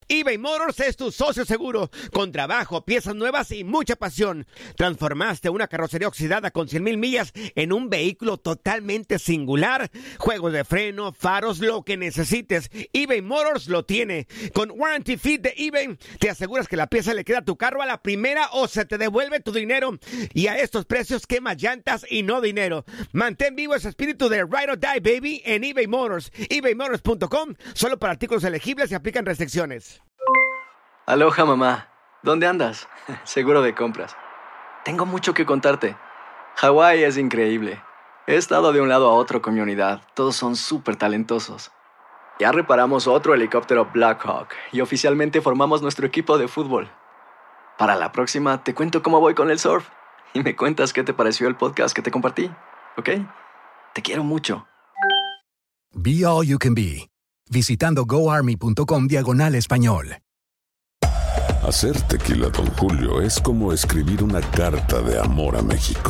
eBay Motors es tu socio seguro. Con trabajo, piezas nuevas y mucha pasión. Transformaste una carrocería oxidada con 100,000 millas en un vehículo totalmente singular. Juegos de freno, faros, lo que necesites, eBay Motors lo tiene. Con Warranty Fit de eBay, te aseguras que la pieza le queda a tu carro a la primera o se te devuelve tu dinero. Y a estos precios, quema llantas y no dinero. Mantén vivo ese espíritu de Ride or Die, baby, en eBay Motors. ebaymotors.com, solo para artículos elegibles y aplican restricciones. Aloha, mamá. ¿Dónde andas? Seguro de compras. Tengo mucho que contarte. Hawái es increíble. He estado de un lado a otro con mi unidad. Todos son súper talentosos. Ya reparamos otro helicóptero Blackhawk y oficialmente formamos nuestro equipo de fútbol. Para la próxima te cuento cómo voy con el surf y me cuentas qué te pareció el podcast que te compartí, ¿ok? Te quiero mucho. Be All You Can Be, visitando goarmy.com/español. Hacer tequila Don Julio es como escribir una carta de amor a México.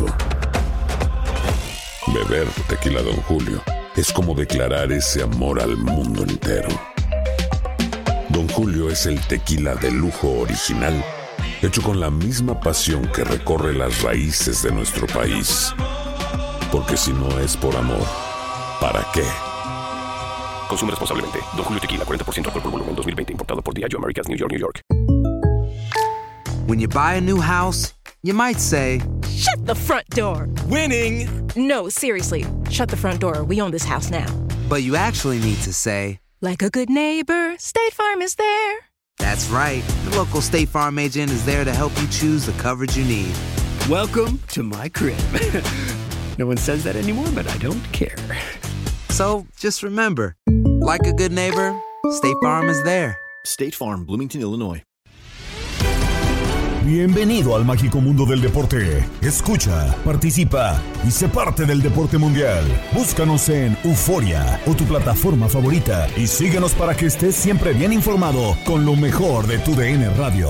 Beber tequila Don Julio es como declarar ese amor al mundo entero. Don Julio es el tequila de lujo original, hecho con la misma pasión que recorre las raíces de nuestro país. Porque si no es por amor, ¿para qué? Consume responsablemente. Don Julio Tequila, 40% alcohol por volumen, 2020. Importado por Diageo Americas, New York, New York. When you buy a new house, you might say, "Shut the front door." Winning! No, seriously. Shut the front door. We own this house now. But you actually need to say, like a good neighbor, State Farm is there. That's right. The local State Farm agent is there to help you choose the coverage you need. Welcome to my crib. No one says that anymore, but I don't care. So just remember, like a good neighbor, State Farm is there. State Farm, Bloomington, Illinois. Bienvenido al mágico mundo del deporte. Escucha, participa y sé parte del deporte mundial. Búscanos en Euforia o tu plataforma favorita y síguenos para que estés siempre bien informado con lo mejor de tu DN Radio.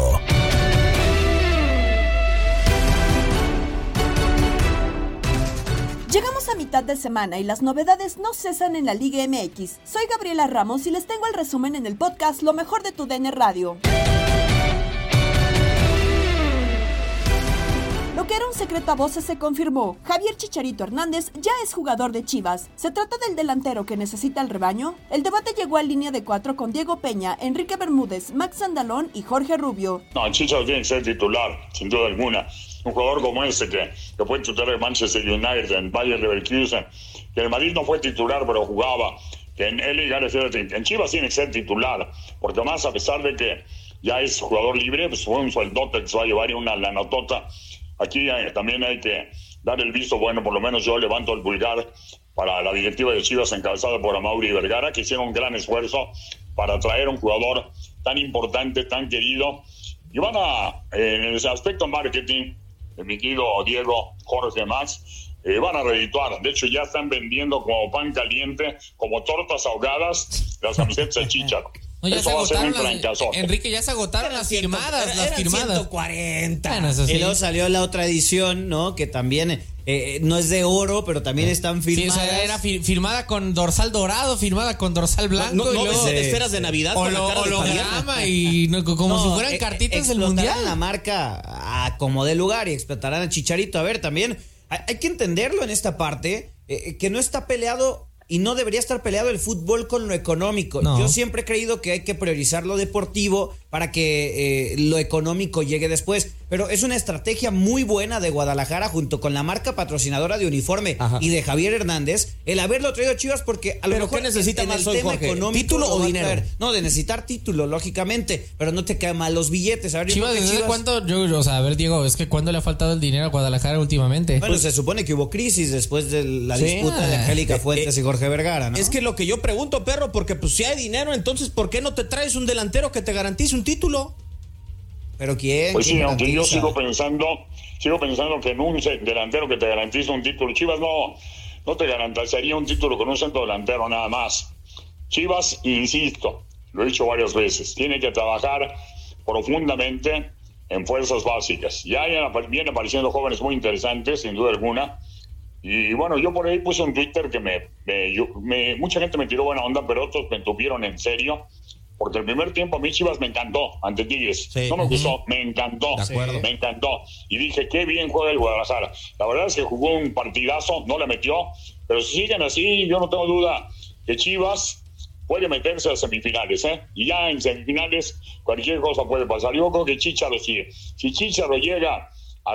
Llegamos a mitad de semana y las novedades no cesan en la Liga MX. Soy Gabriela Ramos y les tengo el resumen en el podcast Lo mejor de tu DN Radio. Lo que era un secreto a voces se confirmó. Javier Chicharito Hernández ya es jugador de Chivas. ¿Se trata del delantero que necesita el rebaño? El debate llegó a línea de 4 con Diego Peña, Enrique Bermúdez, Max Andalón y Jorge Rubio. No, Chicharito tiene que ser titular, sin duda alguna. Un jugador como ese que fue titular de Manchester United, en Bayer Leverkusen, que en Madrid no fue titular pero jugaba, que en en Chivas tiene que ser titular, porque más a pesar de que ya es jugador libre, pues fue un sueldote que se va a llevar y una lanotota. Aquí también hay que dar el visto bueno, por lo menos yo levanto el pulgar para la directiva de Chivas encabezada por Amaury Vergara, que hicieron un gran esfuerzo para traer un jugador tan importante, tan querido, y van a, en el aspecto marketing, mi querido Diego, Jorge, Max, van a redituar. De hecho ya están vendiendo como pan caliente, como tortas ahogadas, las camisetas de Chícharo. No, eso va a ser un trancazote. Enrique, ya se agotaron las firmadas. Eran 140. Bueno, eso sí. Y luego salió la otra edición, ¿no? Que también no es de oro, pero también están firmadas. Sí, o sea, era firmada con dorsal dorado, firmada con dorsal blanco. No, y luego, esferas de Navidad con la cara de holograma y como si fueran cartitas del mundial. Explotarán la marca a como de lugar y explotarán a Chicharito. A ver, también hay que entenderlo en esta parte, que no está peleado y no debería estar peleado el fútbol con lo económico. No. Yo siempre he creído que hay que priorizar lo deportivo para que lo económico llegue después. Pero es una estrategia muy buena de Guadalajara junto con la marca patrocinadora de uniforme y de Javier Hernández el haberlo traído a Chivas, porque a lo mejor ¿qué necesita en más el hoy, tema Jorge? económico ¿Título o dinero? No, de necesitar título, lógicamente, pero no te caen mal los billetes. A ver, Chivas, ¿desde cuánto? O sea, a ver, Diego, es que ¿cuándo le ha faltado el dinero a Guadalajara últimamente? Bueno, se supone que hubo crisis después de la disputa de Angélica Fuentes y Jorge Vergara, ¿no? Es que lo que yo pregunto, perro, porque pues si hay dinero, entonces ¿por qué no te traes un delantero que te garantice un título? ¿Pero quién? Pues sí, aunque yo garantiza? sigo pensando que en un delantero que te garantiza un título, Chivas no te garantizaría un título con un centro delantero nada más. Chivas, insisto, lo he dicho varias veces, tiene que trabajar profundamente en fuerzas básicas. Ya vienen apareciendo jóvenes muy interesantes, sin duda alguna. Y bueno, yo por ahí puse un Twitter que mucha gente me tiró buena onda, pero otros me tuvieron en serio. porque el primer tiempo a mí Chivas me encantó ante Tigres. Sí. No me gustó, me encantó. Me encantó. Y dije, qué bien juega el Guadalajara. La verdad es que jugó un partidazo, no le metió, pero si siguen así, yo no tengo duda que Chivas puede meterse a semifinales, y ya en semifinales cualquier cosa puede pasar. Yo creo que Chícharo sigue. Si Chícharo llega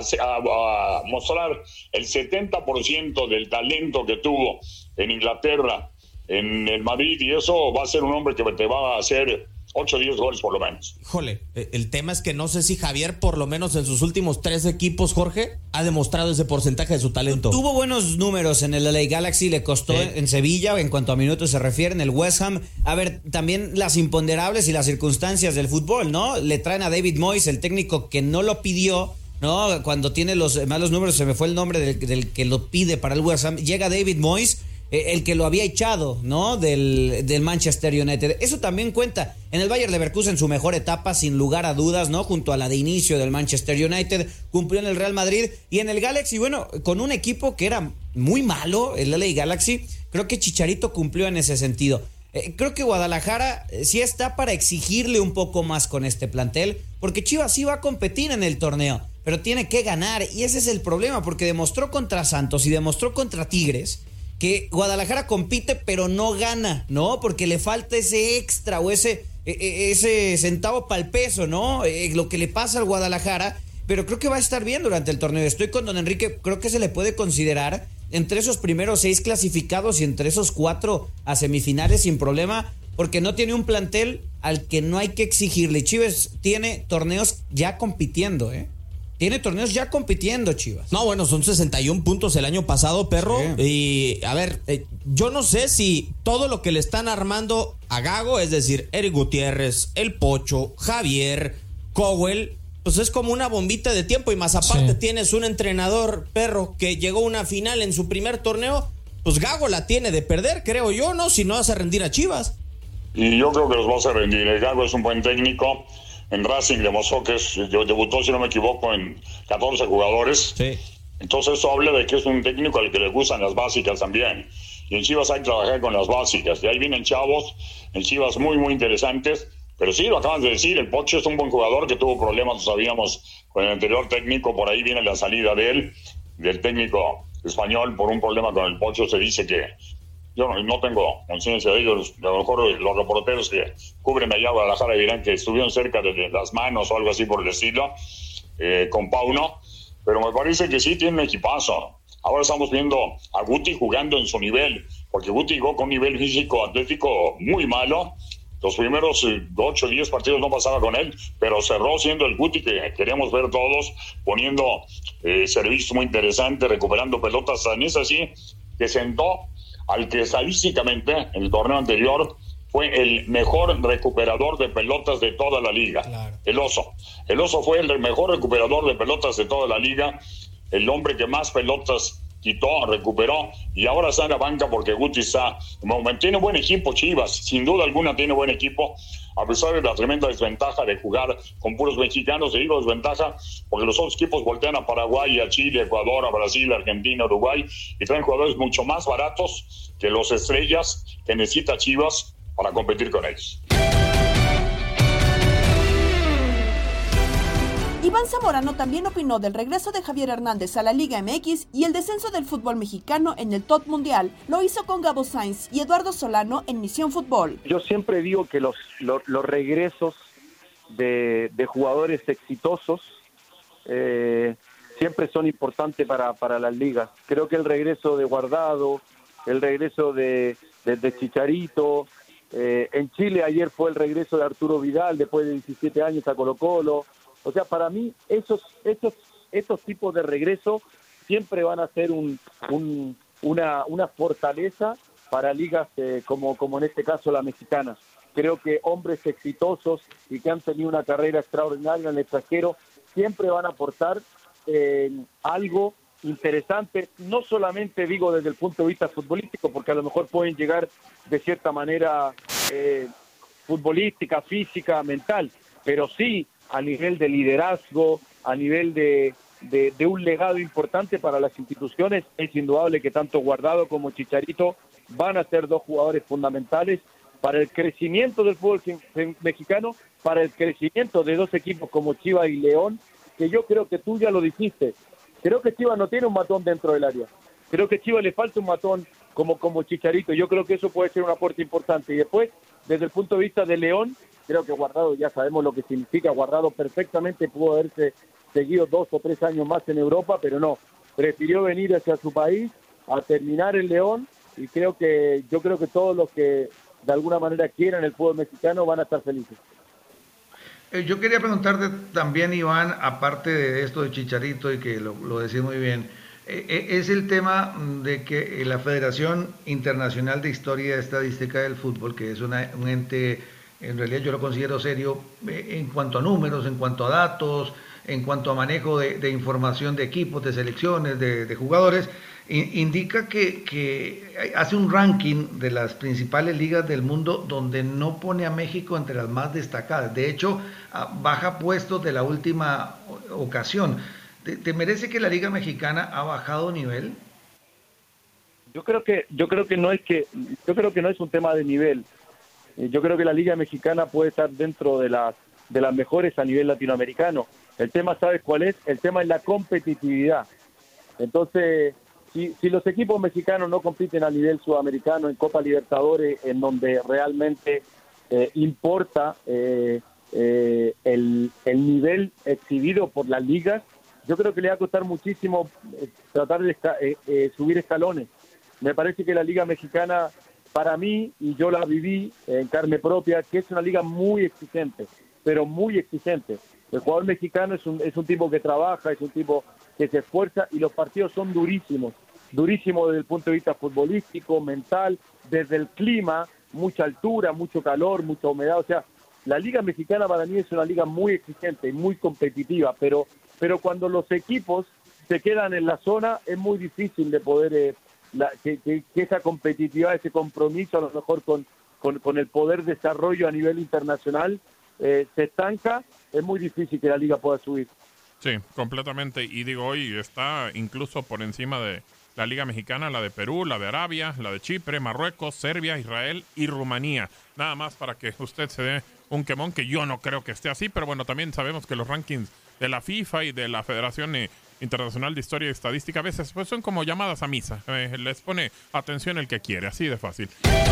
a mostrar el 70% del talento que tuvo en Inglaterra, en el Madrid, y eso va a ser un hombre que te va a hacer 8 o 10 goles por lo menos. Híjole, el tema es que no sé si Javier, por lo menos en sus últimos 3 equipos, Jorge, ha demostrado ese porcentaje de su talento. Tuvo buenos números en el LA Galaxy, le costó en Sevilla, en cuanto a minutos se refiere, en el West Ham. A ver, también las imponderables y las circunstancias del fútbol, ¿no? Le traen a David Moyes, el técnico que no lo pidió, ¿no? Cuando tiene los malos números, se me fue el nombre del que lo pide para el West Ham. Llega David Moyes, el que lo había echado, ¿no? Del Manchester United. Eso también cuenta. En el Bayer Leverkusen, su mejor etapa, sin lugar a dudas, ¿no? Junto a la de inicio del Manchester United, cumplió en el Real Madrid. Y en el Galaxy, bueno, con un equipo que era muy malo, el LA Galaxy, creo que Chicharito cumplió en ese sentido. Creo que Guadalajara sí está para exigirle un poco más con este plantel, porque Chivas sí va a competir en el torneo, pero tiene que ganar, y ese es el problema, porque demostró contra Santos y demostró contra Tigres que Guadalajara compite pero no gana, ¿no? Porque le falta ese extra o ese centavo para el peso, ¿no? Lo que le pasa al Guadalajara, pero creo que va a estar bien durante el torneo. Estoy con don Enrique, creo que se le puede considerar entre esos primeros 6 clasificados y entre esos 4 a semifinales sin problema, porque no tiene un plantel al que no hay que exigirle. Chivas tiene torneos ya compitiendo, Tiene torneos ya compitiendo, Chivas. No, bueno, son 61 puntos el año pasado, perro. Sí. Y, a ver, yo no sé si todo lo que le están armando a Gago, es decir, Eric Gutiérrez, El Pocho, Javier, Cowell, pues es como una bombita de tiempo. Y más aparte tienes un entrenador, perro, que llegó a una final en su primer torneo. Pues Gago la tiene de perder, creo yo, ¿no? Si no hace rendir a Chivas. Y yo creo que los va a hacer rendir. El Gago es un buen técnico. En Racing demostró que debutó, si no me equivoco, en 14 jugadores. Sí. Entonces eso habla de que es un técnico al que le gustan las básicas también. Y en Chivas hay que trabajar con las básicas. De ahí vienen chavos en Chivas muy, muy interesantes. Pero sí, lo acabas de decir, el Pocho es un buen jugador que tuvo problemas, lo sabíamos, con el anterior técnico. Por ahí viene la salida de él, del técnico español, por un problema con el Pocho. Se dice que... Yo no tengo conciencia de ellos. A lo mejor los reporteros que cubren allá a Guadalajara dirán que estuvieron cerca de las manos o algo así por el estilo, con Pauno, pero me parece que sí tiene un equipazo. Ahora estamos viendo a Guti jugando en su nivel, porque Guti llegó con un nivel físico atlético muy malo. Los primeros 8 o 10 partidos no pasaba con él, pero cerró siendo el Guti que queríamos ver todos, poniendo servicios muy interesantes, recuperando pelotas. Tan es así que sentó al que estadísticamente en el torneo anterior fue el mejor recuperador de pelotas de toda la liga. Claro. El Oso fue el mejor recuperador de pelotas de toda la liga, el hombre que más pelotas quitó, recuperó, y ahora está en la banca porque Guti está, tiene buen equipo Chivas, sin duda alguna tiene buen equipo, a pesar de la tremenda desventaja de jugar con puros mexicanos. Digo desventaja porque los otros equipos voltean a Paraguay, a Chile, Ecuador, a Brasil, Argentina, Uruguay, y traen jugadores mucho más baratos que los estrellas que necesita Chivas para competir con ellos. Iván Zamorano también opinó del regreso de Javier Hernández a la Liga MX y el descenso del fútbol mexicano en el top mundial. Lo hizo con Gabo Sainz y Eduardo Solano en Misión Fútbol. Yo siempre digo que los regresos de jugadores exitosos siempre son importantes para las ligas. Creo que el regreso de Guardado, el regreso de Chicharito, en Chile ayer fue el regreso de Arturo Vidal después de 17 años a Colo-Colo. O sea, para mí estos tipos de regreso siempre van a ser una fortaleza para ligas como en este caso la mexicana. Creo que hombres exitosos y que han tenido una carrera extraordinaria en el extranjero siempre van a aportar algo interesante, no solamente digo desde el punto de vista futbolístico, porque a lo mejor pueden llegar de cierta manera futbolística, física, mental, pero sí a nivel de liderazgo, a nivel de un legado importante para las instituciones. Es indudable que tanto Guardado como Chicharito van a ser dos jugadores fundamentales para el crecimiento del fútbol mexicano, para el crecimiento de dos equipos como Chivas y León, que yo creo que tú ya lo dijiste. Creo que Chivas no tiene un matón dentro del área. Creo que a Chivas le falta un matón como Chicharito. Yo creo que eso puede ser un aporte importante. Y después, desde el punto de vista de León, creo que Guardado, ya sabemos lo que significa. Guardado perfectamente pudo haberse seguido 2 o 3 años más en Europa, pero no. Prefirió venir hacia su país a terminar en León, y yo creo que todos los que de alguna manera quieran el fútbol mexicano van a estar felices. Yo quería preguntarte también, Iván, aparte de esto de Chicharito, y que lo decís muy bien, es el tema de que la Federación Internacional de Historia y Estadística del Fútbol, que es un ente, en realidad yo lo considero serio en cuanto a números, en cuanto a datos, en cuanto a manejo de información de equipos, de selecciones, de jugadores, indica que hace un ranking de las principales ligas del mundo donde no pone a México entre las más destacadas. De hecho, baja puestos de la última ocasión. ¿Te merece que la Liga Mexicana ha bajado nivel? Yo creo que no es un tema de nivel. Yo creo que la Liga Mexicana puede estar dentro de las mejores a nivel latinoamericano. El tema, ¿sabes cuál es? El tema es la competitividad. Entonces, si los equipos mexicanos no compiten a nivel sudamericano, en Copa Libertadores, en donde realmente importa el nivel exhibido por las ligas, yo creo que le va a costar muchísimo tratar de subir escalones. Me parece que la Liga Mexicana, para mí, y yo la viví en carne propia, que es una liga muy exigente, pero muy exigente. El jugador mexicano es un tipo que trabaja, es un tipo que se esfuerza, y los partidos son durísimos desde el punto de vista futbolístico, mental, desde el clima, mucha altura, mucho calor, mucha humedad. O sea, la Liga Mexicana para mí es una liga muy exigente y muy competitiva, pero cuando los equipos se quedan en la zona es muy difícil de poder que esa competitividad, ese compromiso, a lo mejor con el poder desarrollo a nivel internacional se estanca. Es muy difícil que la liga pueda subir. Sí, completamente. Y digo, hoy está incluso por encima de la Liga Mexicana, la de Perú, la de Arabia, la de Chipre, Marruecos, Serbia, Israel y Rumanía. Nada más para que usted se dé un quemón, que yo no creo que esté así, pero bueno, también sabemos que los rankings de la FIFA y de la Federación Internacional de Historia y Estadística a veces pues son como llamadas a misa. Les pone atención el que quiere, así de fácil.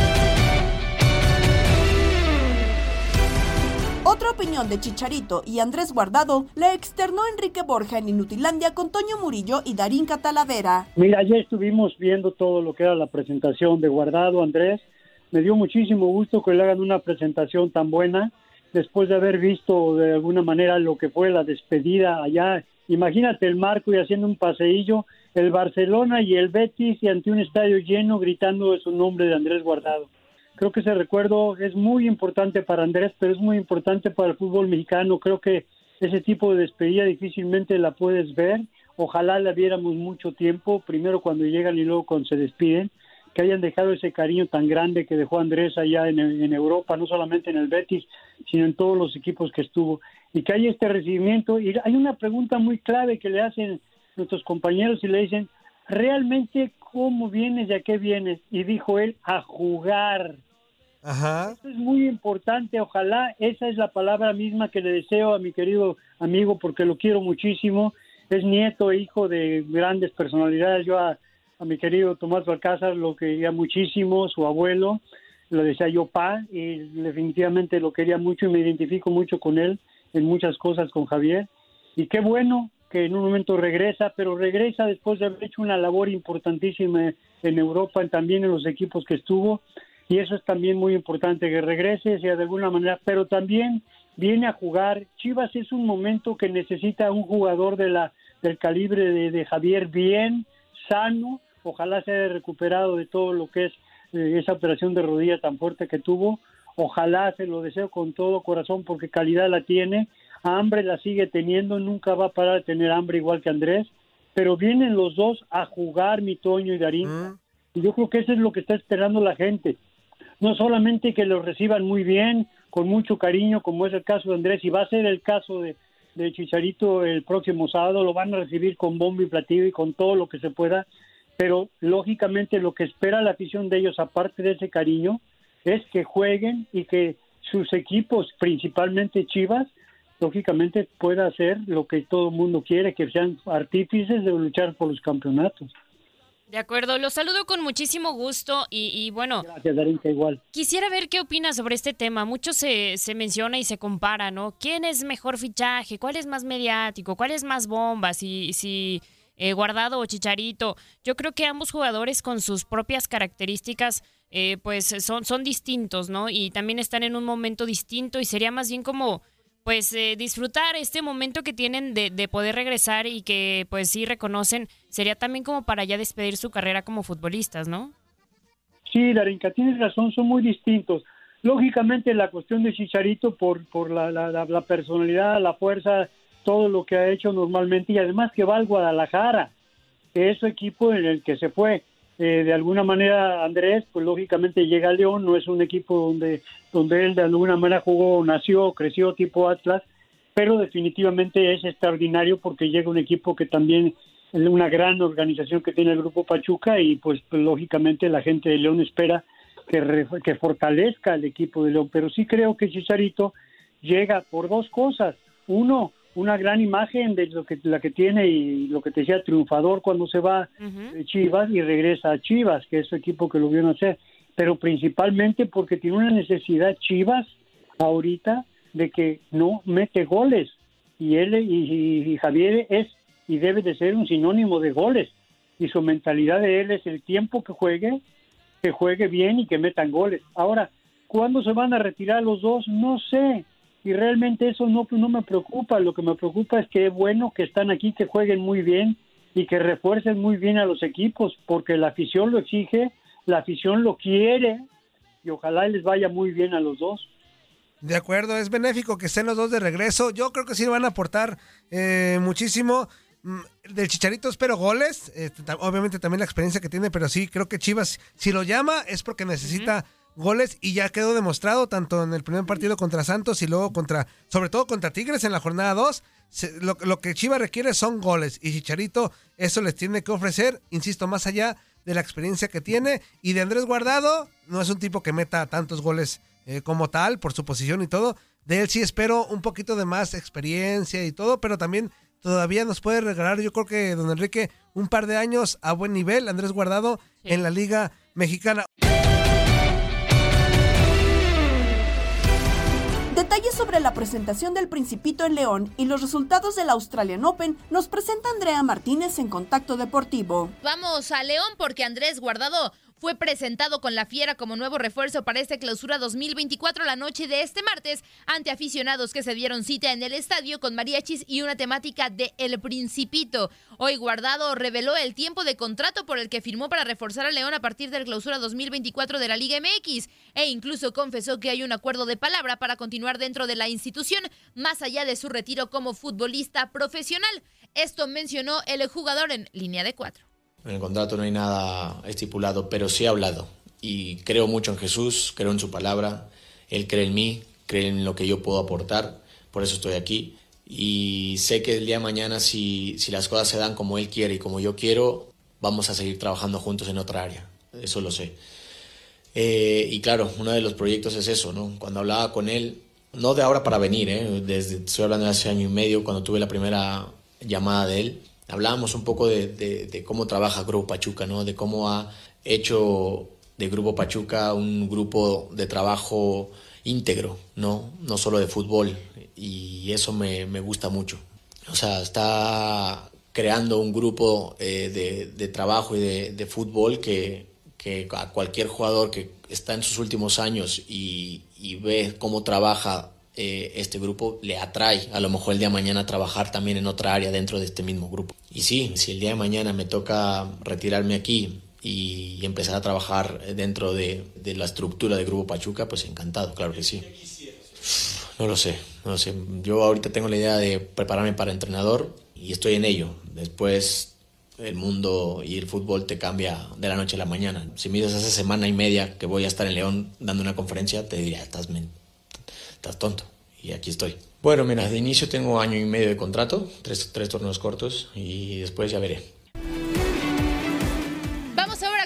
Otra opinión de Chicharito y Andrés Guardado la externó Enrique Borja en Inutilandia con Toño Murillo y Darín Catalavera. Mira, ayer estuvimos viendo todo lo que era la presentación de Guardado, Andrés. Me dio muchísimo gusto que le hagan una presentación tan buena después de haber visto de alguna manera lo que fue la despedida allá. Imagínate el marco y haciendo un paseillo, el Barcelona y el Betis, y ante un estadio lleno gritando su nombre de Andrés Guardado. Creo que ese recuerdo es muy importante para Andrés, pero es muy importante para el fútbol mexicano. Creo que ese tipo de despedida difícilmente la puedes ver. Ojalá la viéramos mucho tiempo, primero cuando llegan y luego cuando se despiden, que hayan dejado ese cariño tan grande que dejó Andrés allá en Europa, no solamente en el Betis, sino en todos los equipos que estuvo, y que haya este recibimiento. Y hay una pregunta muy clave que le hacen nuestros compañeros y le dicen, ¿realmente cómo vienes y a qué vienes? Y dijo él, a jugar. Ajá. Eso es muy importante. Ojalá esa es la palabra misma que le deseo a mi querido amigo, porque lo quiero muchísimo. Es nieto e hijo de grandes personalidades. Yo a mi querido Tomás Balcázar lo quería muchísimo, su abuelo, lo decía yo pa, y definitivamente lo quería mucho y me identifico mucho con él en muchas cosas, con Javier. Y qué bueno que en un momento regresa, pero regresa después de haber hecho una labor importantísima en Europa, también en los equipos que estuvo. Y eso es también muy importante, que regrese, sea de alguna manera, pero también viene a jugar. Chivas es un momento que necesita un jugador del calibre de Javier, bien, sano. Ojalá se haya recuperado de todo lo que es esa operación de rodilla tan fuerte que tuvo. Ojalá, se lo deseo con todo corazón, porque calidad la tiene, hambre la sigue teniendo, nunca va a parar de tener hambre igual que Andrés, pero vienen los dos a jugar, mi Toño y Darín. Y yo creo que eso es lo que está esperando la gente. No solamente que los reciban muy bien, con mucho cariño, como es el caso de Andrés, y va a ser el caso de Chicharito el próximo sábado, lo van a recibir con bombo y platillo y con todo lo que se pueda, pero lógicamente lo que espera la afición de ellos, aparte de ese cariño, es que jueguen y que sus equipos, principalmente Chivas, lógicamente pueda hacer lo que todo el mundo quiere, que sean artífices de luchar por los campeonatos. De acuerdo, los saludo con muchísimo gusto y bueno. Gracias, Darinka, igual. Quisiera ver qué opinas sobre este tema. Mucho se menciona y se compara, ¿no? ¿Quién es mejor fichaje? ¿Cuál es más mediático? ¿Cuál es más bomba? Si Guardado o Chicharito. Yo creo que ambos jugadores con sus propias características pues son distintos, ¿no? Y también están en un momento distinto y sería más bien como pues disfrutar este momento que tienen de poder regresar y que pues sí reconocen, sería también como para ya despedir su carrera como futbolistas, ¿no? Sí, Darinka, tienes razón, son muy distintos. Lógicamente la cuestión de Chicharito por la personalidad, la fuerza, todo lo que ha hecho normalmente, y además que va al Guadalajara, que es su equipo en el que se fue. De alguna manera Andrés, pues lógicamente llega a León, no es un equipo donde él de alguna manera jugó, nació, creció tipo Atlas, pero definitivamente es extraordinario porque llega un equipo que también es una gran organización que tiene el Grupo Pachuca y pues lógicamente la gente de León espera que fortalezca el equipo de León, pero sí creo que Chicharito llega por dos cosas. Uno, una gran imagen de la que tiene y lo que te decía, triunfador cuando se va de Chivas y regresa a Chivas, que es su equipo que lo vio nacer, pero principalmente porque tiene una necesidad Chivas ahorita de que no mete goles, y él y Javier es y debe de ser un sinónimo de goles, y su mentalidad de él es el tiempo que juegue bien y que metan goles. Ahora, ¿cuándo se van a retirar los dos? No sé. Y realmente eso no me preocupa. Lo que me preocupa es que es bueno que están aquí, que jueguen muy bien y que refuercen muy bien a los equipos, porque la afición lo exige, la afición lo quiere y ojalá les vaya muy bien a los dos. De acuerdo, es benéfico que estén los dos de regreso. Yo creo que sí van a aportar muchísimo. Del Chicharito espero goles, obviamente también la experiencia que tiene, pero sí creo que Chivas, si lo llama es porque necesita goles, y ya quedó demostrado tanto en el primer partido contra Santos y luego sobre todo contra Tigres en la jornada 2. Lo que Chivas requiere son goles, y Chicharito eso les tiene que ofrecer, insisto, más allá de la experiencia que tiene. Y de Andrés Guardado, no es un tipo que meta tantos goles como tal, por su posición y todo. De él sí espero un poquito de más experiencia y todo, pero también todavía nos puede regalar, yo creo que don Enrique, un par de años a buen nivel, Andrés Guardado, en la Liga Mexicana. Detalles sobre la presentación del Principito en León y los resultados del Australian Open nos presenta Andrea Martínez en Contacto Deportivo. Vamos a León porque Andrés Guardado fue presentado con la Fiera como nuevo refuerzo para esta clausura 2024 la noche de este martes ante aficionados que se dieron cita en el estadio con mariachis y una temática de El Principito. Hoy Guardado reveló el tiempo de contrato por el que firmó para reforzar a León a partir del clausura 2024 de la Liga MX e incluso confesó que hay un acuerdo de palabra para continuar dentro de la institución más allá de su retiro como futbolista profesional. Esto mencionó el jugador en Línea de 4. En el contrato no hay nada estipulado, pero sí he hablado. Y creo mucho en Jesús, creo en su palabra. Él cree en mí, cree en lo que yo puedo aportar. Por eso estoy aquí. Y sé que el día de mañana, si las cosas se dan como Él quiere y como yo quiero, vamos a seguir trabajando juntos en otra área. Eso lo sé. Y claro, uno de los proyectos es eso, ¿no? Cuando hablaba con Él, no de ahora para venir, estoy hablando de hace año y medio, cuando tuve la primera llamada de Él. Hablábamos un poco de cómo trabaja Grupo Pachuca, ¿no? De cómo ha hecho de Grupo Pachuca un grupo de trabajo íntegro, ¿no? No solo de fútbol, y eso me gusta mucho. O sea, está creando un grupo de trabajo y de fútbol que a cualquier jugador que está en sus últimos años y ve cómo trabaja este grupo, le atrae a lo mejor el día de mañana trabajar también en otra área dentro de este mismo grupo. Y sí, si el día de mañana me toca retirarme aquí y empezar a trabajar dentro de la estructura de Grupo Pachuca, pues encantado, claro que sí. No lo sé. Yo ahorita tengo la idea de prepararme para entrenador y estoy en ello. Después el mundo y el fútbol te cambia de la noche a la mañana. Si me dices hace semana y media que voy a estar en León dando una conferencia, te diría, estás tonto. Y aquí estoy. Bueno, mira, de inicio tengo año y medio de contrato, tres torneos cortos, y después ya veré. Vamos ahora con información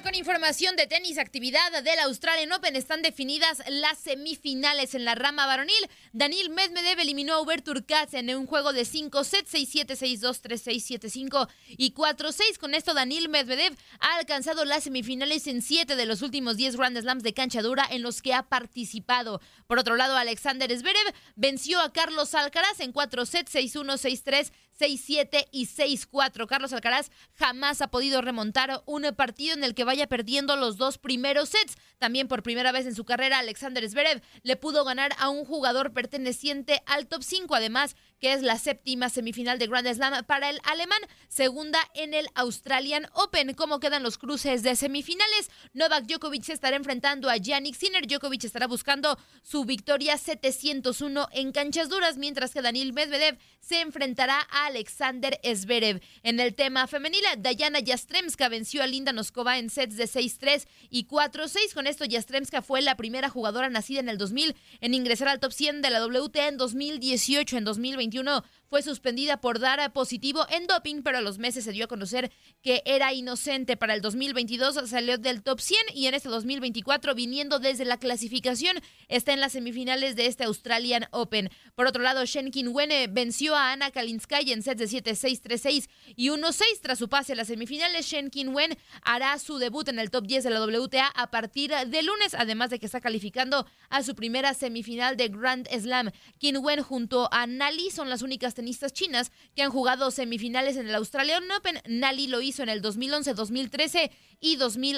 información de tenis, actividad del Australian Open. Están definidas las semifinales en la rama varonil. Daniil Medvedev eliminó a Hubert Hurkacz en un juego de 5 sets, 6-7, 6-2, 3-6, 7-5 y 4-6. Con esto, Daniil Medvedev ha alcanzado las semifinales en 7 de los últimos 10 Grand Slams de cancha dura en los que ha participado. Por otro lado, Alexander Zverev venció a Carlos Alcaraz en 4 sets, 6-1, 6-3, 6-7 y 6-4. Carlos Alcaraz jamás ha podido remontar un partido en el que vaya perdiendo los 2 primeros sets. También por primera vez en su carrera, Alexander Zverev le pudo ganar a un jugador perteneciente al top 5, además que es la 7ª semifinal de Grand Slam para el alemán, segunda en el Australian Open. ¿Cómo quedan los cruces de semifinales? Novak Djokovic se estará enfrentando a Jannik Sinner. Djokovic estará buscando su victoria 701 en canchas duras, mientras que Daniil Medvedev se enfrentará a Alexander Zverev. En el tema femenil, Dayana Yastremska venció a Linda Noskova en sets de 6-3 y 4-6. Con esto, Yastremska fue la primera jugadora nacida en el 2000 en ingresar al top 100 de la WTA en 2018. En 2021 fue suspendida por dar positivo en doping, pero a los meses se dio a conocer que era inocente. Para el 2022 salió del top 100 y en este 2024, viniendo desde la clasificación, está en las semifinales de este Australian Open. Por otro lado, Shen Qinwen venció a Anna Kalinskaya en sets de 7-6, 3-6 y 1-6. Tras su pase a las semifinales, Shen Qinwen hará su debut en el top 10 de la WTA a partir de lunes, además de que está calificando a su primera semifinal de Grand Slam. Qinwen junto a Nali son las únicas tenistas chinas que han jugado semifinales en el Australian Open. Nali lo hizo en el 2011, 2013 y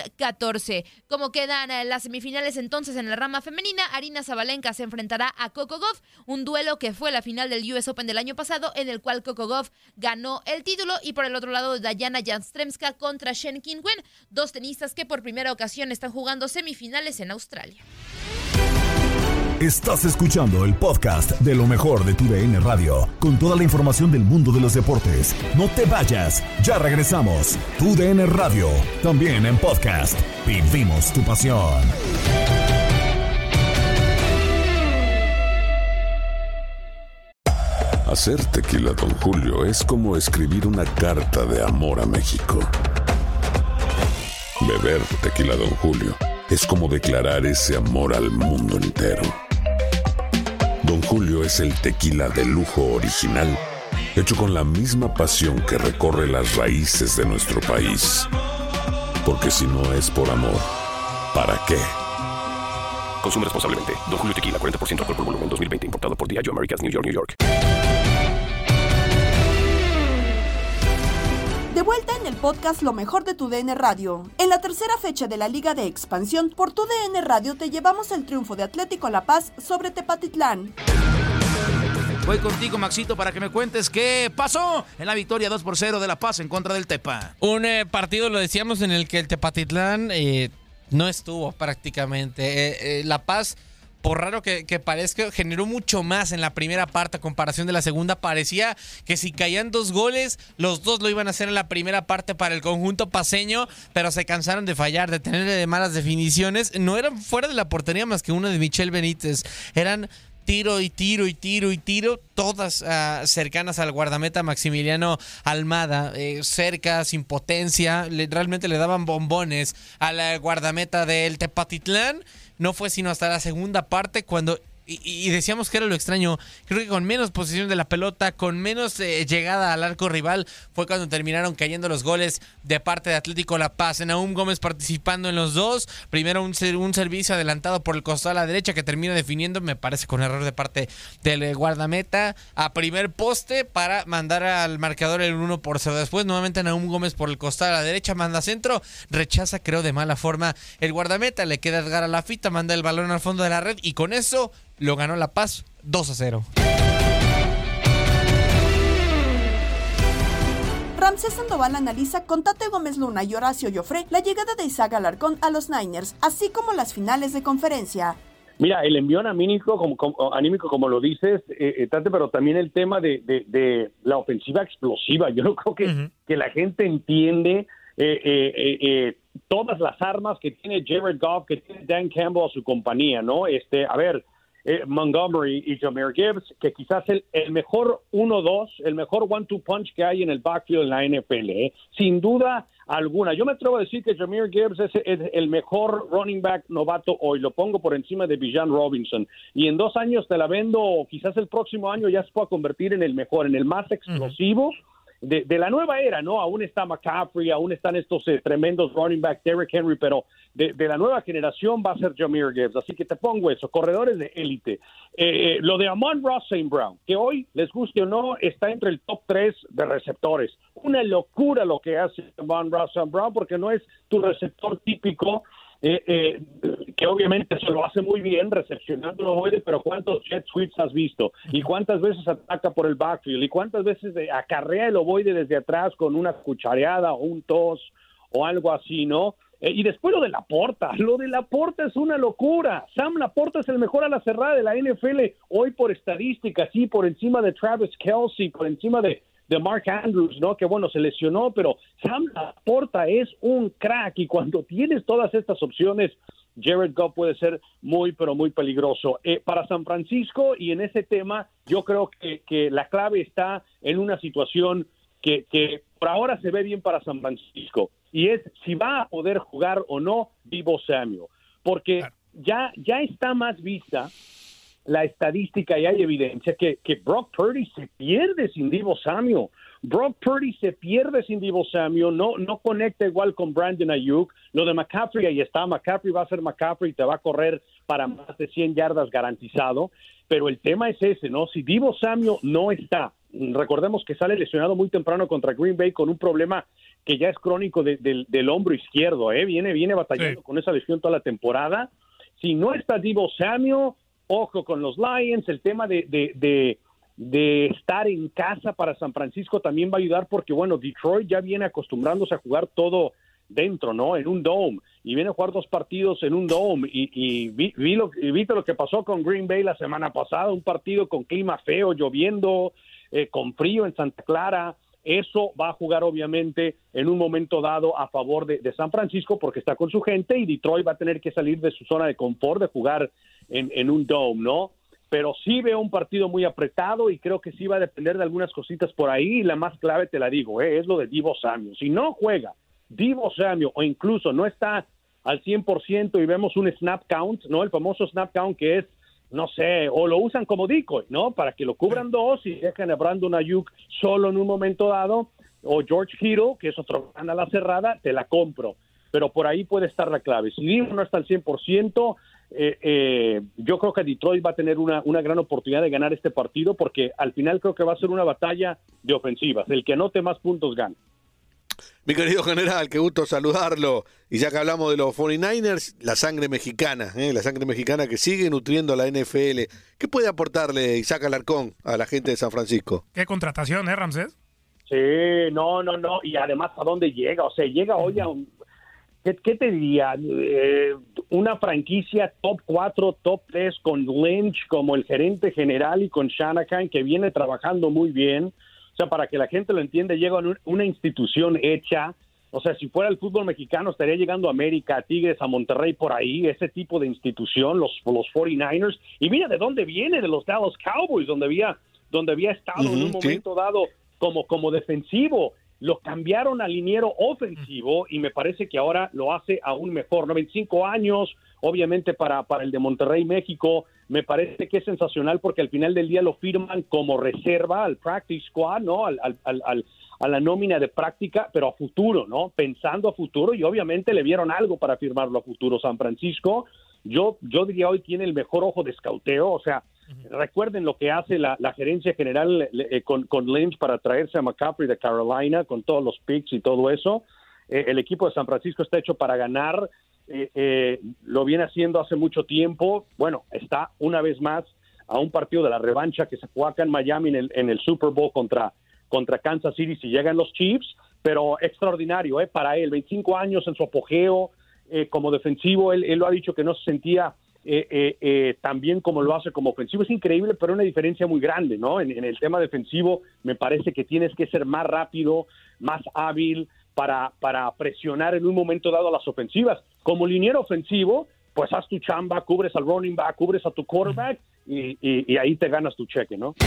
2014. ¿Cómo quedan las semifinales entonces en la rama femenina? Aryna Sabalenka se enfrentará a Coco Gauff, un duelo que fue la final del US Open del año pasado, en el cual Coco Gauff ganó el título. Y por el otro lado, Dayana Yastremska contra Shen Qinwen, 2 tenistas que por primera ocasión están jugando semifinales en Australia. Estás escuchando el podcast de lo mejor de tu DN Radio, con toda la información del mundo de los deportes. No te vayas, ya regresamos. Tu DN Radio, también en podcast. Vivimos tu pasión. Hacer tequila Don Julio es como escribir una carta de amor a México. Beber tequila Don Julio es como declarar ese amor al mundo entero. Don Julio es el tequila de lujo original, hecho con la misma pasión que recorre las raíces de nuestro país. Porque si no es por amor, ¿para qué? Consume responsablemente. Don Julio Tequila, 40% alcohol por volumen, 2020. Importado por Diageo Americas, New York, New York. De vuelta en el podcast Lo Mejor de tu DN Radio. En la tercera fecha de la Liga de Expansión, por tu DN Radio te llevamos el triunfo de Atlético La Paz sobre Tepatitlán. Voy contigo, Maxito, para que me cuentes qué pasó en la victoria 2-0 de La Paz en contra del Tepa. Un partido, lo decíamos, en el que el Tepatitlán no estuvo prácticamente. La Paz, por raro que parezca, generó mucho más en la primera parte a comparación de la segunda. Parecía que si caían 2 goles, los 2 lo iban a hacer en la primera parte para el conjunto paceño, pero se cansaron de fallar, de tener de malas definiciones. No eran fuera de la portería más que una de Michel Benítez. Eran tiro y tiro y tiro y tiro, todas cercanas al guardameta Maximiliano Almada, cerca, sin potencia, realmente le daban bombones al guardameta del Tepatitlán. No fue sino hasta la segunda parte cuando, y decíamos que era lo extraño, creo que con menos posesión de la pelota, con menos llegada al arco rival, fue cuando terminaron cayendo los goles de parte de Atlético La Paz. Nahum Gómez participando en los 2, primero un servicio adelantado por el costado a la derecha que termina definiendo, me parece con error de parte del guardameta, a primer poste para mandar al marcador el 1-0. Después nuevamente Nahum Gómez por el costado a la derecha, manda centro, rechaza creo de mala forma el guardameta, le queda Edgar a la fita, manda el balón al fondo de la red y con eso lo ganó La Paz 2-0. Ramsés Sandoval analiza con Tate Gómez Luna y Horacio Joffre la llegada de Isaac Alarcón a los Niners, así como las finales de conferencia. Mira, el envión anímico, como lo dices, Tate, pero también el tema de la ofensiva explosiva. Yo no creo que la gente entiende todas las armas que tiene Jared Goff, que tiene Dan Campbell a su compañía, ¿no? A ver, Montgomery y Jahmyr Gibbs, que quizás el mejor 1-2, el mejor 1-2 punch que hay en el backfield en la NFL, sin duda alguna. Yo me atrevo a decir que Jahmyr Gibbs es el mejor running back novato hoy. Lo pongo por encima de Bijan Robinson. Y en 2 años te la vendo, o quizás el próximo año ya se pueda convertir en el mejor, en el más explosivo de la nueva era, ¿no? Aún está McCaffrey, aún están estos tremendos running backs, Derrick Henry, pero de la nueva generación va a ser Jahmyr Gibbs. Así que te pongo eso, corredores de élite. Lo de Amon-Ra St. Brown, que hoy, les guste o no, está entre el top 3 de receptores. Una locura lo que hace Amon-Ra St. Brown, porque no es tu receptor típico, que obviamente se lo hace muy bien recepcionando el ovoide, pero ¿cuántos jet sweeps has visto? ¿Y cuántas veces ataca por el backfield? ¿Y cuántas veces acarrea el ovoide desde atrás con una cuchareada o un tos o algo así, ¿no? Y después lo de Laporta es una locura. Sam Laporta es el mejor a la cerrada de la NFL hoy por estadística, sí, por encima de Travis Kelce, por encima de Mark Andrews, ¿no? Que bueno, se lesionó, pero Sam Laporta es un crack, y cuando tienes todas estas opciones, Jared Goff puede ser muy, pero muy peligroso. Para San Francisco, y en ese tema, yo creo que la clave está en una situación que por ahora se ve bien para San Francisco, y es si va a poder jugar o no Deebo Samuel, porque ya está más vista la estadística y hay evidencia que Brock Purdy se pierde sin Deebo Samuel. Brock Purdy se pierde sin Deebo Samuel, no conecta igual con Brandon Ayuk. Lo de McCaffrey, ahí está, McCaffrey va a ser McCaffrey, te va a correr para más de 100 yardas garantizado, pero el tema es ese, ¿no? Si Deebo Samuel no está, recordemos que sale lesionado muy temprano contra Green Bay con un problema que ya es crónico del hombro izquierdo, viene batallando con esa lesión toda la temporada. Si no está Deebo Samuel, ojo con los Lions. El tema de estar en casa para San Francisco también va a ayudar, porque bueno, Detroit ya viene acostumbrándose a jugar todo dentro, ¿no? En un dome, y viene a jugar 2 partidos en un dome, y viste lo que pasó con Green Bay la semana pasada, un partido con clima feo, lloviendo, con frío en Santa Clara. Eso va a jugar obviamente en un momento dado a favor de San Francisco, porque está con su gente, y Detroit va a tener que salir de su zona de confort de jugar en un dome, ¿no? Pero sí veo un partido muy apretado, y creo que sí va a depender de algunas cositas por ahí, y la más clave te la digo, es lo de Deebo Samuel. Si no juega Deebo Samuel, o incluso no está al 100% y vemos un snap count, ¿no? El famoso snap count, que es, no sé, o lo usan como decoy, ¿no? Para que lo cubran 2 y dejan a Brandon Ayuk solo en un momento dado, o George Kittle, que es otro gran a la cerrada, te la compro. Pero por ahí puede estar la clave. Si Deebo no está al 100%, yo creo que Detroit va a tener una gran oportunidad de ganar este partido, porque al final creo que va a ser una batalla de ofensivas. El que anote más puntos gana. Mi querido general, qué gusto saludarlo. Y ya que hablamos de los 49ers, la sangre mexicana que sigue nutriendo a la NFL. ¿Qué puede aportarle Isaac Alarcón a la gente de San Francisco? ¿Qué contratación, Ramsés? Sí, no. Y además, ¿a dónde llega? O sea, llega hoy a un... ¿Qué te diría? Una franquicia top 4, top 3, con Lynch como el gerente general y con Shanahan, que viene trabajando muy bien. O sea, para que la gente lo entienda, llega a una institución hecha. O sea, si fuera el fútbol mexicano, estaría llegando a América, a Tigres, a Monterrey, por ahí, ese tipo de institución, los 49ers. Y mira de dónde viene, de los Dallas Cowboys, donde había estado en un momento dado como defensivo. Lo cambiaron al liniero ofensivo, y me parece que ahora lo hace aún mejor. 95 años, obviamente para el de Monterrey, México, me parece que es sensacional, porque al final del día lo firman como reserva al practice squad, ¿no? A la nómina de práctica, pero a futuro, ¿no? Pensando a futuro, y obviamente le vieron algo para firmarlo a futuro. San Francisco, yo diría hoy tiene el mejor ojo de escauteo. O sea, recuerden lo que hace la gerencia general con Lynch para traerse a McCaffrey de Carolina, con todos los picks y todo eso. El equipo de San Francisco está hecho para ganar. Lo viene haciendo hace mucho tiempo. Bueno, está una vez más a un partido de la revancha que se juega acá en Miami en el Super Bowl contra Kansas City, si llegan los Chiefs. Pero extraordinario, para él, 25 años en su apogeo como defensivo. Él lo ha dicho, que no se sentía tan bien como lo hace como ofensivo. Es increíble, pero una diferencia muy grande, ¿no? En el tema defensivo me parece que tienes que ser más rápido, más hábil para presionar en un momento dado a las ofensivas. Como liniero ofensivo, pues haz tu chamba, cubres al running back, cubres a tu quarterback, y ahí te ganas tu cheque, ¿no?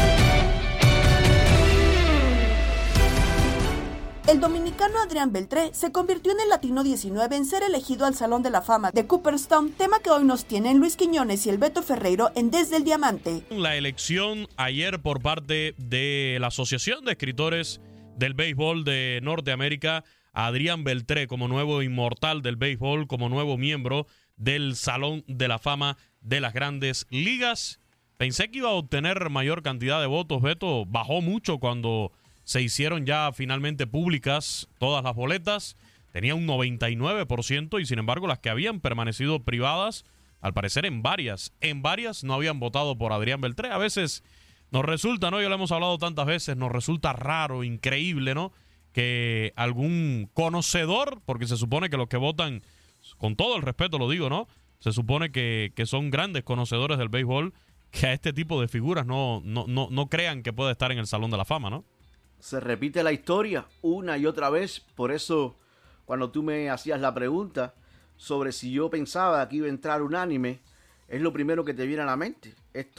El dominicano Adrián Beltré se convirtió en el latino 19 en ser elegido al Salón de la Fama de Cooperstown, tema que hoy nos tienen Luis Quiñones y el Beto Ferreiro en Desde el Diamante. La elección ayer por parte de la Asociación de Escritores del Béisbol de Norteamérica, Adrián Beltré como nuevo inmortal del béisbol, como nuevo miembro del Salón de la Fama de las Grandes Ligas. Pensé que iba a obtener mayor cantidad de votos, Beto. Bajó mucho cuando se hicieron ya finalmente públicas todas las boletas. Tenía un 99% y sin embargo las que habían permanecido privadas, al parecer en varias no habían votado por Adrián Beltré. A veces nos resulta, ¿no? Ya lo hemos hablado tantas veces, nos resulta raro, increíble, ¿no? Que algún conocedor, porque se supone que los que votan, con todo el respeto lo digo, ¿no? Se supone que son grandes conocedores del béisbol, que a este tipo de figuras no crean que puede estar en el Salón de la Fama, ¿no? Se repite la historia una y otra vez. Por eso, cuando tú me hacías la pregunta sobre si yo pensaba que iba a entrar unánime, es lo primero que te viene a la mente.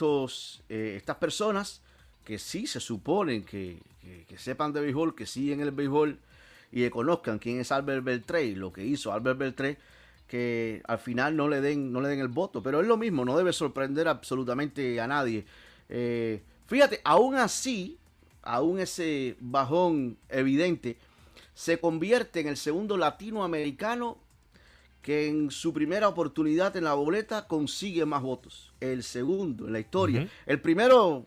Estas personas que sí se suponen que sepan de béisbol, que siguen el béisbol y que conozcan quién es Albert Beltré y lo que hizo Albert Beltré, que al final no le den el voto. Pero es lo mismo, no debe sorprender absolutamente a nadie. Fíjate, aún así, aún ese bajón evidente, se convierte en el segundo latinoamericano que en su primera oportunidad en la boleta consigue más votos. El segundo en la historia. El primero,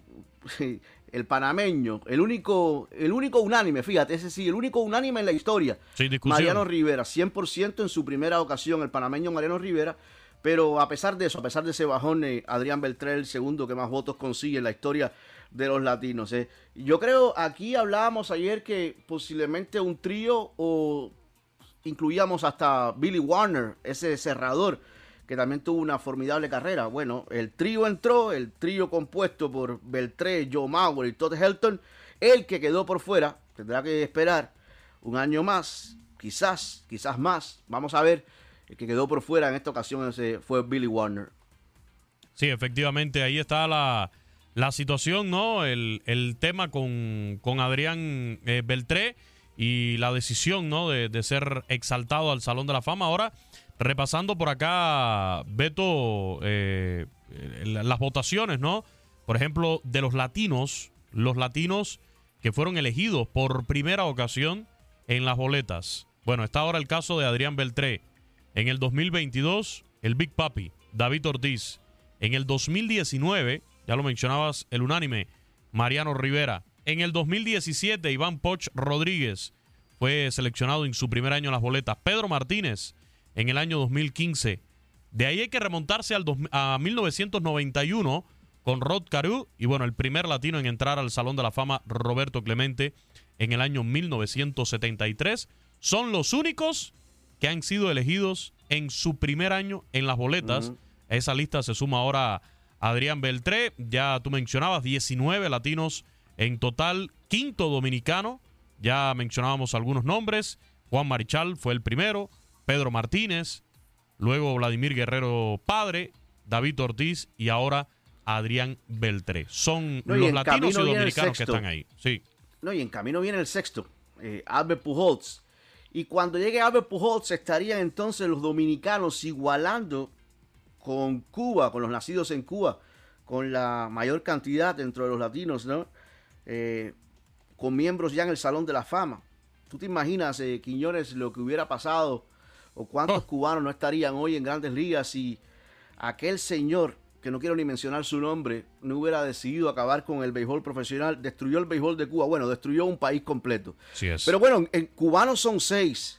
el panameño, el único unánime, fíjate, ese sí, el único unánime en la historia. Mariano Rivera, 100% en su primera ocasión, el panameño Mariano Rivera. Pero a pesar de eso, a pesar de ese bajón, Adrián Beltré, el segundo que más votos consigue en la historia de los latinos. Yo creo, aquí hablábamos ayer que posiblemente un trío, o incluíamos hasta Billy Warner, ese cerrador, que también tuvo una formidable carrera. Bueno, el trío entró, el trío compuesto por Beltré, Joe Mauer y Todd Helton. El que quedó por fuera tendrá que esperar un año más, quizás más. Vamos a ver. El que quedó por fuera en esta ocasión fue Billy Warner. Sí, efectivamente, ahí está la situación, ¿no? El tema con Adrián Beltré y la decisión, ¿no? De ser exaltado al Salón de la Fama. Ahora, repasando por acá, Beto, las votaciones, ¿no? Por ejemplo, de los latinos que fueron elegidos por primera ocasión en las boletas. Bueno, está ahora el caso de Adrián Beltré. En el 2022, el Big Papi, David Ortiz. En el 2019, ya lo mencionabas, el unánime, Mariano Rivera. En el 2017, Iván Poch Rodríguez fue seleccionado en su primer año en las boletas. Pedro Martínez, en el año 2015. De ahí hay que remontarse a 1991 con Rod Carew. Y bueno, el primer latino en entrar al Salón de la Fama, Roberto Clemente, en el año 1973. Son los únicos que han sido elegidos en su primer año en las boletas. A esa lista se suma ahora Adrián Beltré. Ya tú mencionabas 19 latinos en total. Quinto dominicano. Ya mencionábamos algunos nombres. Juan Marichal fue el primero. Pedro Martínez. Luego Vladimir Guerrero Padre. David Ortiz. Y ahora Adrián Beltré. Son los latinos y dominicanos que están ahí. Sí. No, y en camino viene el sexto. Albert Pujols. Y cuando llegue Albert Pujols, estarían entonces los dominicanos igualando con Cuba, con los nacidos en Cuba, con la mayor cantidad dentro de los latinos, ¿no? Con miembros ya en el Salón de la Fama. ¿Tú te imaginas, Quiñones, lo que hubiera pasado o cuántos cubanos no estarían hoy en Grandes Ligas si aquel señor, que no quiero ni mencionar su nombre, no hubiera decidido acabar con el béisbol profesional? Destruyó el béisbol de Cuba. Bueno, destruyó un país completo. Sí es. Pero bueno, cubanos son 6.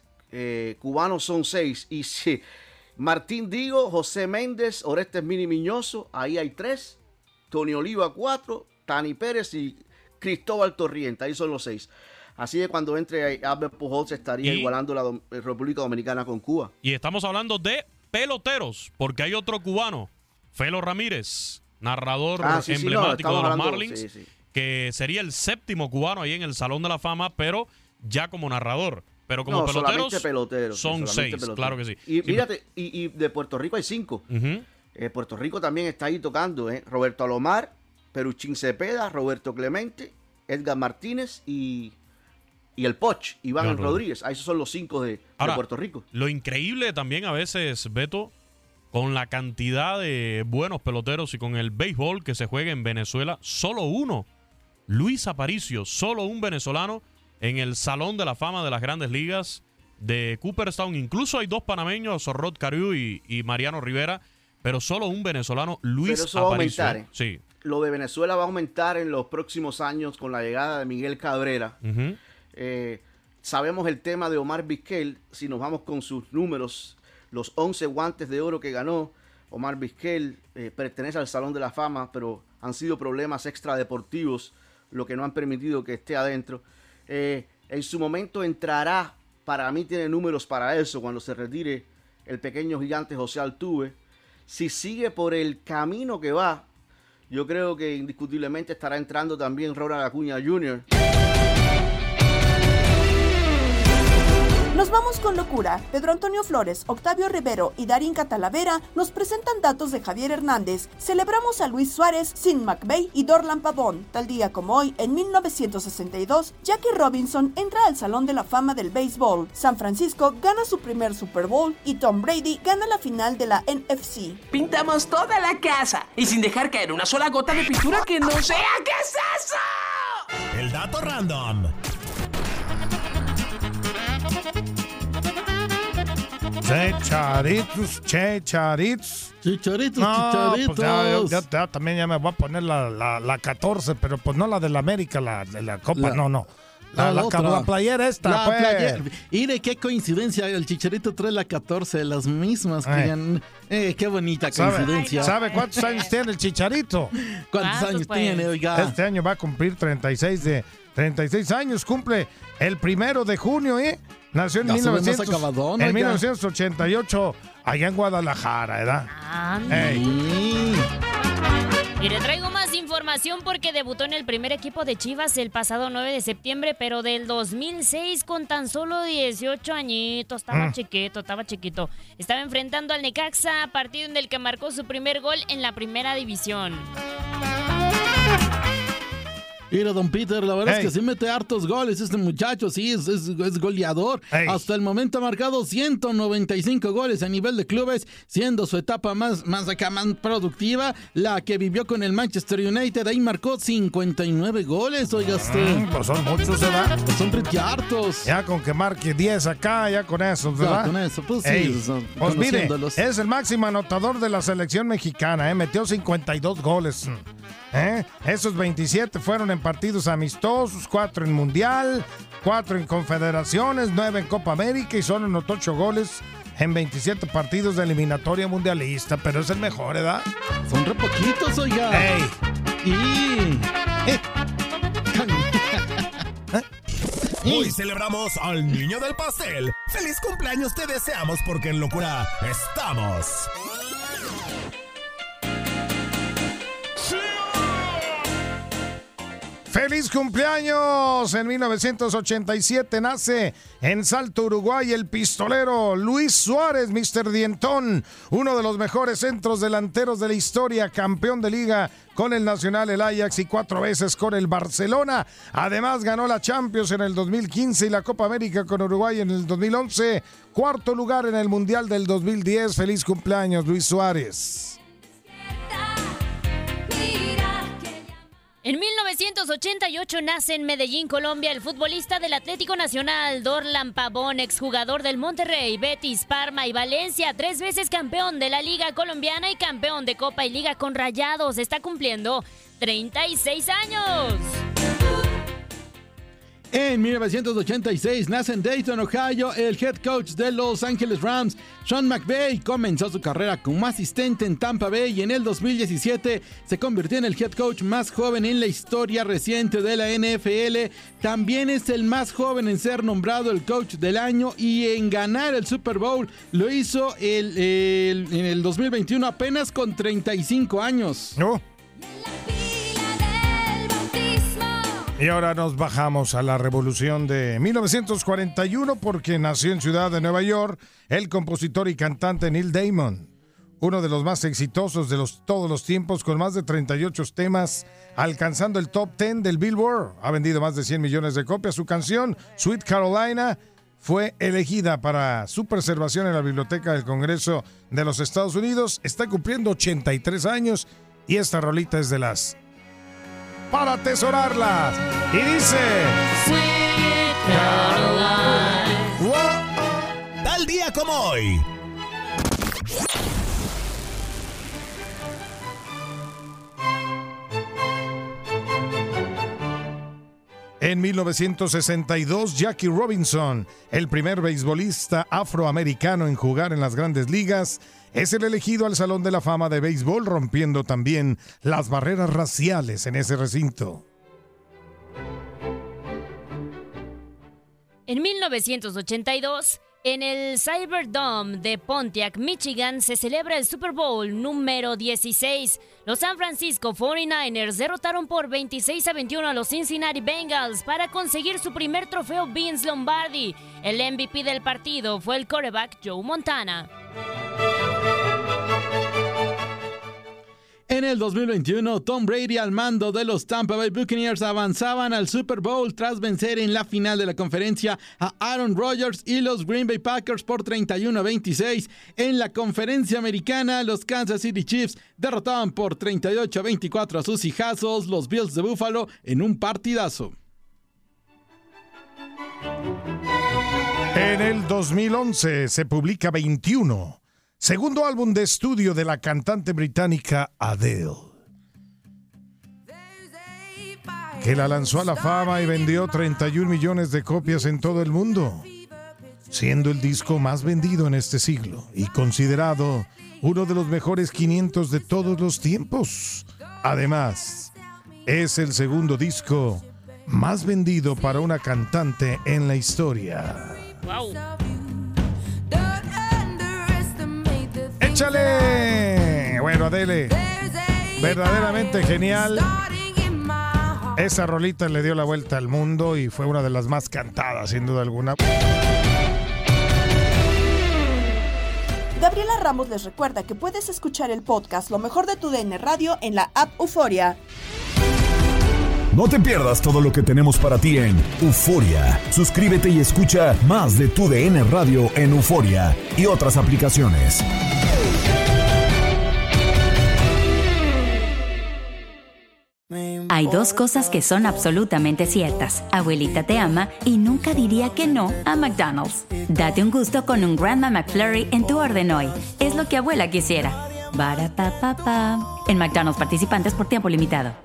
Y sí, Martín Digo, José Méndez, Orestes Mini Miñoso, ahí hay 3. Tony Oliva 4, Tani Pérez y Cristóbal Torrienta. Ahí son los 6. Así que cuando entre Albert Pujols estaría igualando la República Dominicana con Cuba. Y estamos hablando de peloteros, porque hay otro cubano, Felo Ramírez, narrador emblemático de los Marlins, que sería el 7º cubano ahí en el Salón de la Fama, pero ya como narrador. Pero como peloteros, son 6, claro que sí. Y fíjate, y de Puerto Rico hay 5. Puerto Rico también está ahí tocando, Roberto Alomar, Peruchín Cepeda, Roberto Clemente, Edgar Martínez y el Poch, Iván Rodríguez. Esos son los 5 de Puerto Rico. Lo increíble también a veces, Beto, con la cantidad de buenos peloteros y con el béisbol que se juega en Venezuela, solo uno, Luis Aparicio, solo un venezolano en el Salón de la Fama de las Grandes Ligas de Cooperstown. Incluso hay 2 panameños, Rod Carew y Mariano Rivera, pero solo un venezolano, Luis Pero eso Aparicio. Va a aumentar, Sí. Lo de Venezuela va a aumentar en los próximos años con la llegada de Miguel Cabrera. Sabemos el tema de Omar Vizquel, si nos vamos con sus números, los 11 guantes de oro que ganó Omar Vizquel, pertenece al Salón de la Fama, pero han sido problemas extradeportivos lo que no han permitido que esté adentro. En su momento entrará, para mí tiene números para eso, cuando se retire el pequeño gigante José Altuve. Si sigue por el camino que va, yo creo que indiscutiblemente estará entrando también Ronald Acuña Jr. Nos vamos con locura. Pedro Antonio Flores, Octavio Rivero y Darín Catalavera nos presentan datos de Javier Hernández. Celebramos a Luis Suárez, Sin McVeigh y Dorlan Pavón. Tal día como hoy, en 1962, Jackie Robinson entra al Salón de la Fama del Béisbol. San Francisco gana su primer Super Bowl y Tom Brady gana la final de la NFC. Pintamos toda la casa y sin dejar caer una sola gota de pintura que no sea. ¿Qué es eso? El dato random. Checharitos. Chicharitos, no, chicharitos. Pues ya también ya me voy a poner la 14, pero pues no la de la América, la de la Copa, no. La playera esta, pues. Mire, qué coincidencia, el Chicharito trae la 14, las mismas. Qué bonita coincidencia. ¿Sabe cuántos años tiene el Chicharito? ¿Cuántos años tiene, oiga? Este año va a cumplir 36 años, cumple el 1 de junio, Nació en 1988 allá en Guadalajara, ¿verdad? Y le traigo más información porque debutó en el primer equipo de Chivas el pasado 9 de septiembre, pero del 2006 con tan solo 18 añitos. Estaba chiquito. Estaba enfrentando al Necaxa, partido en el que marcó su primer gol en la primera división. Mira, don Peter, la verdad es que sí mete hartos goles este muchacho, sí, es goleador. Hasta el momento ha marcado 195 goles a nivel de clubes, siendo su etapa más productiva, la que vivió con el Manchester United. Ahí marcó 59 goles, oiga usted. Pues son muchos, ¿verdad? Pues son pretty hartos. Ya con que marque 10 acá, ya con eso, ¿verdad? Ya con eso, pues sí. Pues mire, es el máximo anotador de la selección mexicana, metió 52 goles. Esos 27 fueron en partidos amistosos, 4 en Mundial, 4 en Confederaciones, 9 en Copa América y solo anotó 8 goles en 27 partidos de eliminatoria mundialista, pero es el mejor, ¿verdad? Son re poquitos, oiga. Hoy celebramos al niño del pastel. ¡Feliz cumpleaños te deseamos porque en locura estamos! ¡Feliz cumpleaños! En 1987 nace en Salto, Uruguay, el pistolero Luis Suárez, Mr. Dientón, uno de los mejores centros delanteros de la historia, campeón de liga con el Nacional, el Ajax y 4 veces con el Barcelona. Además ganó la Champions en el 2015 y la Copa América con Uruguay en el 2011. 4º lugar en el Mundial del 2010. ¡Feliz cumpleaños, Luis Suárez! En 1988 nace en Medellín, Colombia, el futbolista del Atlético Nacional, Dorlan Pavón, exjugador del Monterrey, Betis, Parma y Valencia, 3 veces campeón de la Liga Colombiana y campeón de Copa y Liga con Rayados. Está cumpliendo 36 años. En 1986 nace en Dayton, Ohio, el head coach de Los Angeles Rams, Sean McVay. Comenzó su carrera como asistente en Tampa Bay y en el 2017 se convirtió en el head coach más joven en la historia reciente de la NFL. También es el más joven en ser nombrado el coach del año y en ganar el Super Bowl. Lo hizo en el 2021 apenas con 35 años. Y ahora nos bajamos a la revolución de 1941 porque nació en Ciudad de Nueva York el compositor y cantante Neil Diamond. uno de los más exitosos de todos los tiempos, con más de 38 temas, alcanzando el top 10 del Billboard. Ha vendido más de 100 millones de copias. Su canción, Sweet Carolina, fue elegida para su preservación en la Biblioteca del Congreso de los Estados Unidos. Está cumpliendo 83 años y esta rolita es de las para atesorarlas. Y dice Sweet Caroline. Tal día como hoy. En 1962, Jackie Robinson, el primer beisbolista afroamericano en jugar en las Grandes Ligas, es el elegido al Salón de la Fama de Béisbol, rompiendo también las barreras raciales en ese recinto. En 1982, en el Silverdome de Pontiac, Michigan, se celebra el Super Bowl número 16. Los San Francisco 49ers derrotaron por 26-21 a los Cincinnati Bengals para conseguir su primer trofeo Vince Lombardi. El MVP del partido fue el quarterback Joe Montana. En el 2021, Tom Brady al mando de los Tampa Bay Buccaneers avanzaban al Super Bowl tras vencer en la final de la conferencia a Aaron Rodgers y los Green Bay Packers por 31-26. En la conferencia americana, los Kansas City Chiefs derrotaban por 38-24 a sus hijazos, los Bills de Buffalo, en un partidazo. En el 2011 se publica 21. Segundo álbum de estudio de la cantante británica Adele, que la lanzó a la fama y vendió 31 millones de copias en todo el mundo, siendo el disco más vendido en este siglo y considerado uno de los mejores 500 de todos los tiempos. Además, es el segundo disco más vendido para una cantante en la historia. Wow. ¡Échale! Bueno, Adele, verdaderamente genial. Esa rolita le dio la vuelta al mundo y fue una de las más cantadas, sin duda alguna. Gabriela Ramos les recuerda que puedes escuchar el podcast Lo Mejor de tu DN Radio en la app Euforia. No te pierdas todo lo que tenemos para ti en Euforia. Suscríbete y escucha más de tu DN Radio en Euforia y otras aplicaciones. Hay dos cosas que son absolutamente ciertas. Abuelita te ama y nunca diría que no a McDonald's. Date un gusto con un Grandma McFlurry en tu orden hoy. Es lo que abuela quisiera. Barapapapa. En McDonald's participantes por tiempo limitado.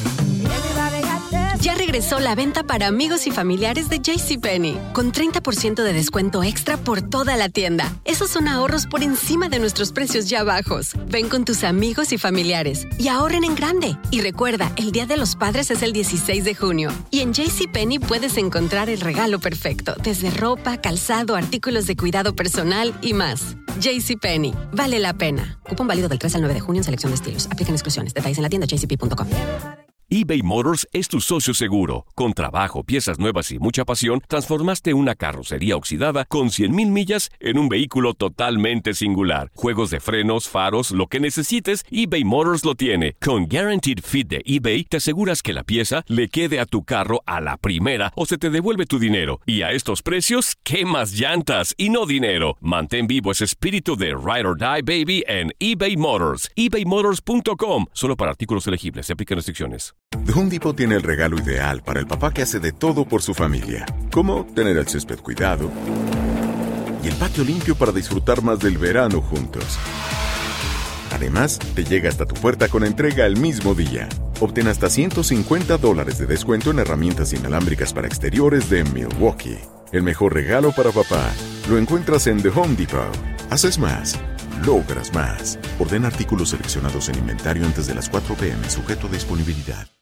Ya regresó la venta para amigos y familiares de JCPenney, con 30% de descuento extra por toda la tienda. Esos son ahorros por encima de nuestros precios ya bajos. Ven con tus amigos y familiares y ahorren en grande. Y recuerda, el Día de los Padres es el 16 de junio. Y en JCPenney puedes encontrar el regalo perfecto, desde ropa, calzado, artículos de cuidado personal y más. JCPenney, vale la pena. Cupón válido del 3 al 9 de junio en selección de estilos. Aplican exclusiones. Detalles en la tienda jcp.com. eBay Motors es tu socio seguro. Con trabajo, piezas nuevas y mucha pasión, transformaste una carrocería oxidada con 100,000 millas en un vehículo totalmente singular. Juegos de frenos, faros, lo que necesites, eBay Motors lo tiene. Con Guaranteed Fit de eBay, te aseguras que la pieza le quede a tu carro a la primera o se te devuelve tu dinero. Y a estos precios, ¿qué más llantas y no dinero? Mantén vivo ese espíritu de Ride or Die, baby, en eBay Motors. ebaymotors.com. Solo para artículos elegibles. Se aplican restricciones. The Home Depot tiene el regalo ideal para el papá que hace de todo por su familia, como tener el césped cuidado y el patio limpio para disfrutar más del verano juntos. Además, te llega hasta tu puerta con entrega el mismo día. Obtén hasta $150 de descuento en herramientas inalámbricas para exteriores de Milwaukee. El mejor regalo para papá lo encuentras en The Home Depot. Haces más, logras más. Ordena artículos seleccionados en inventario antes de las 4 p.m. sujeto a disponibilidad.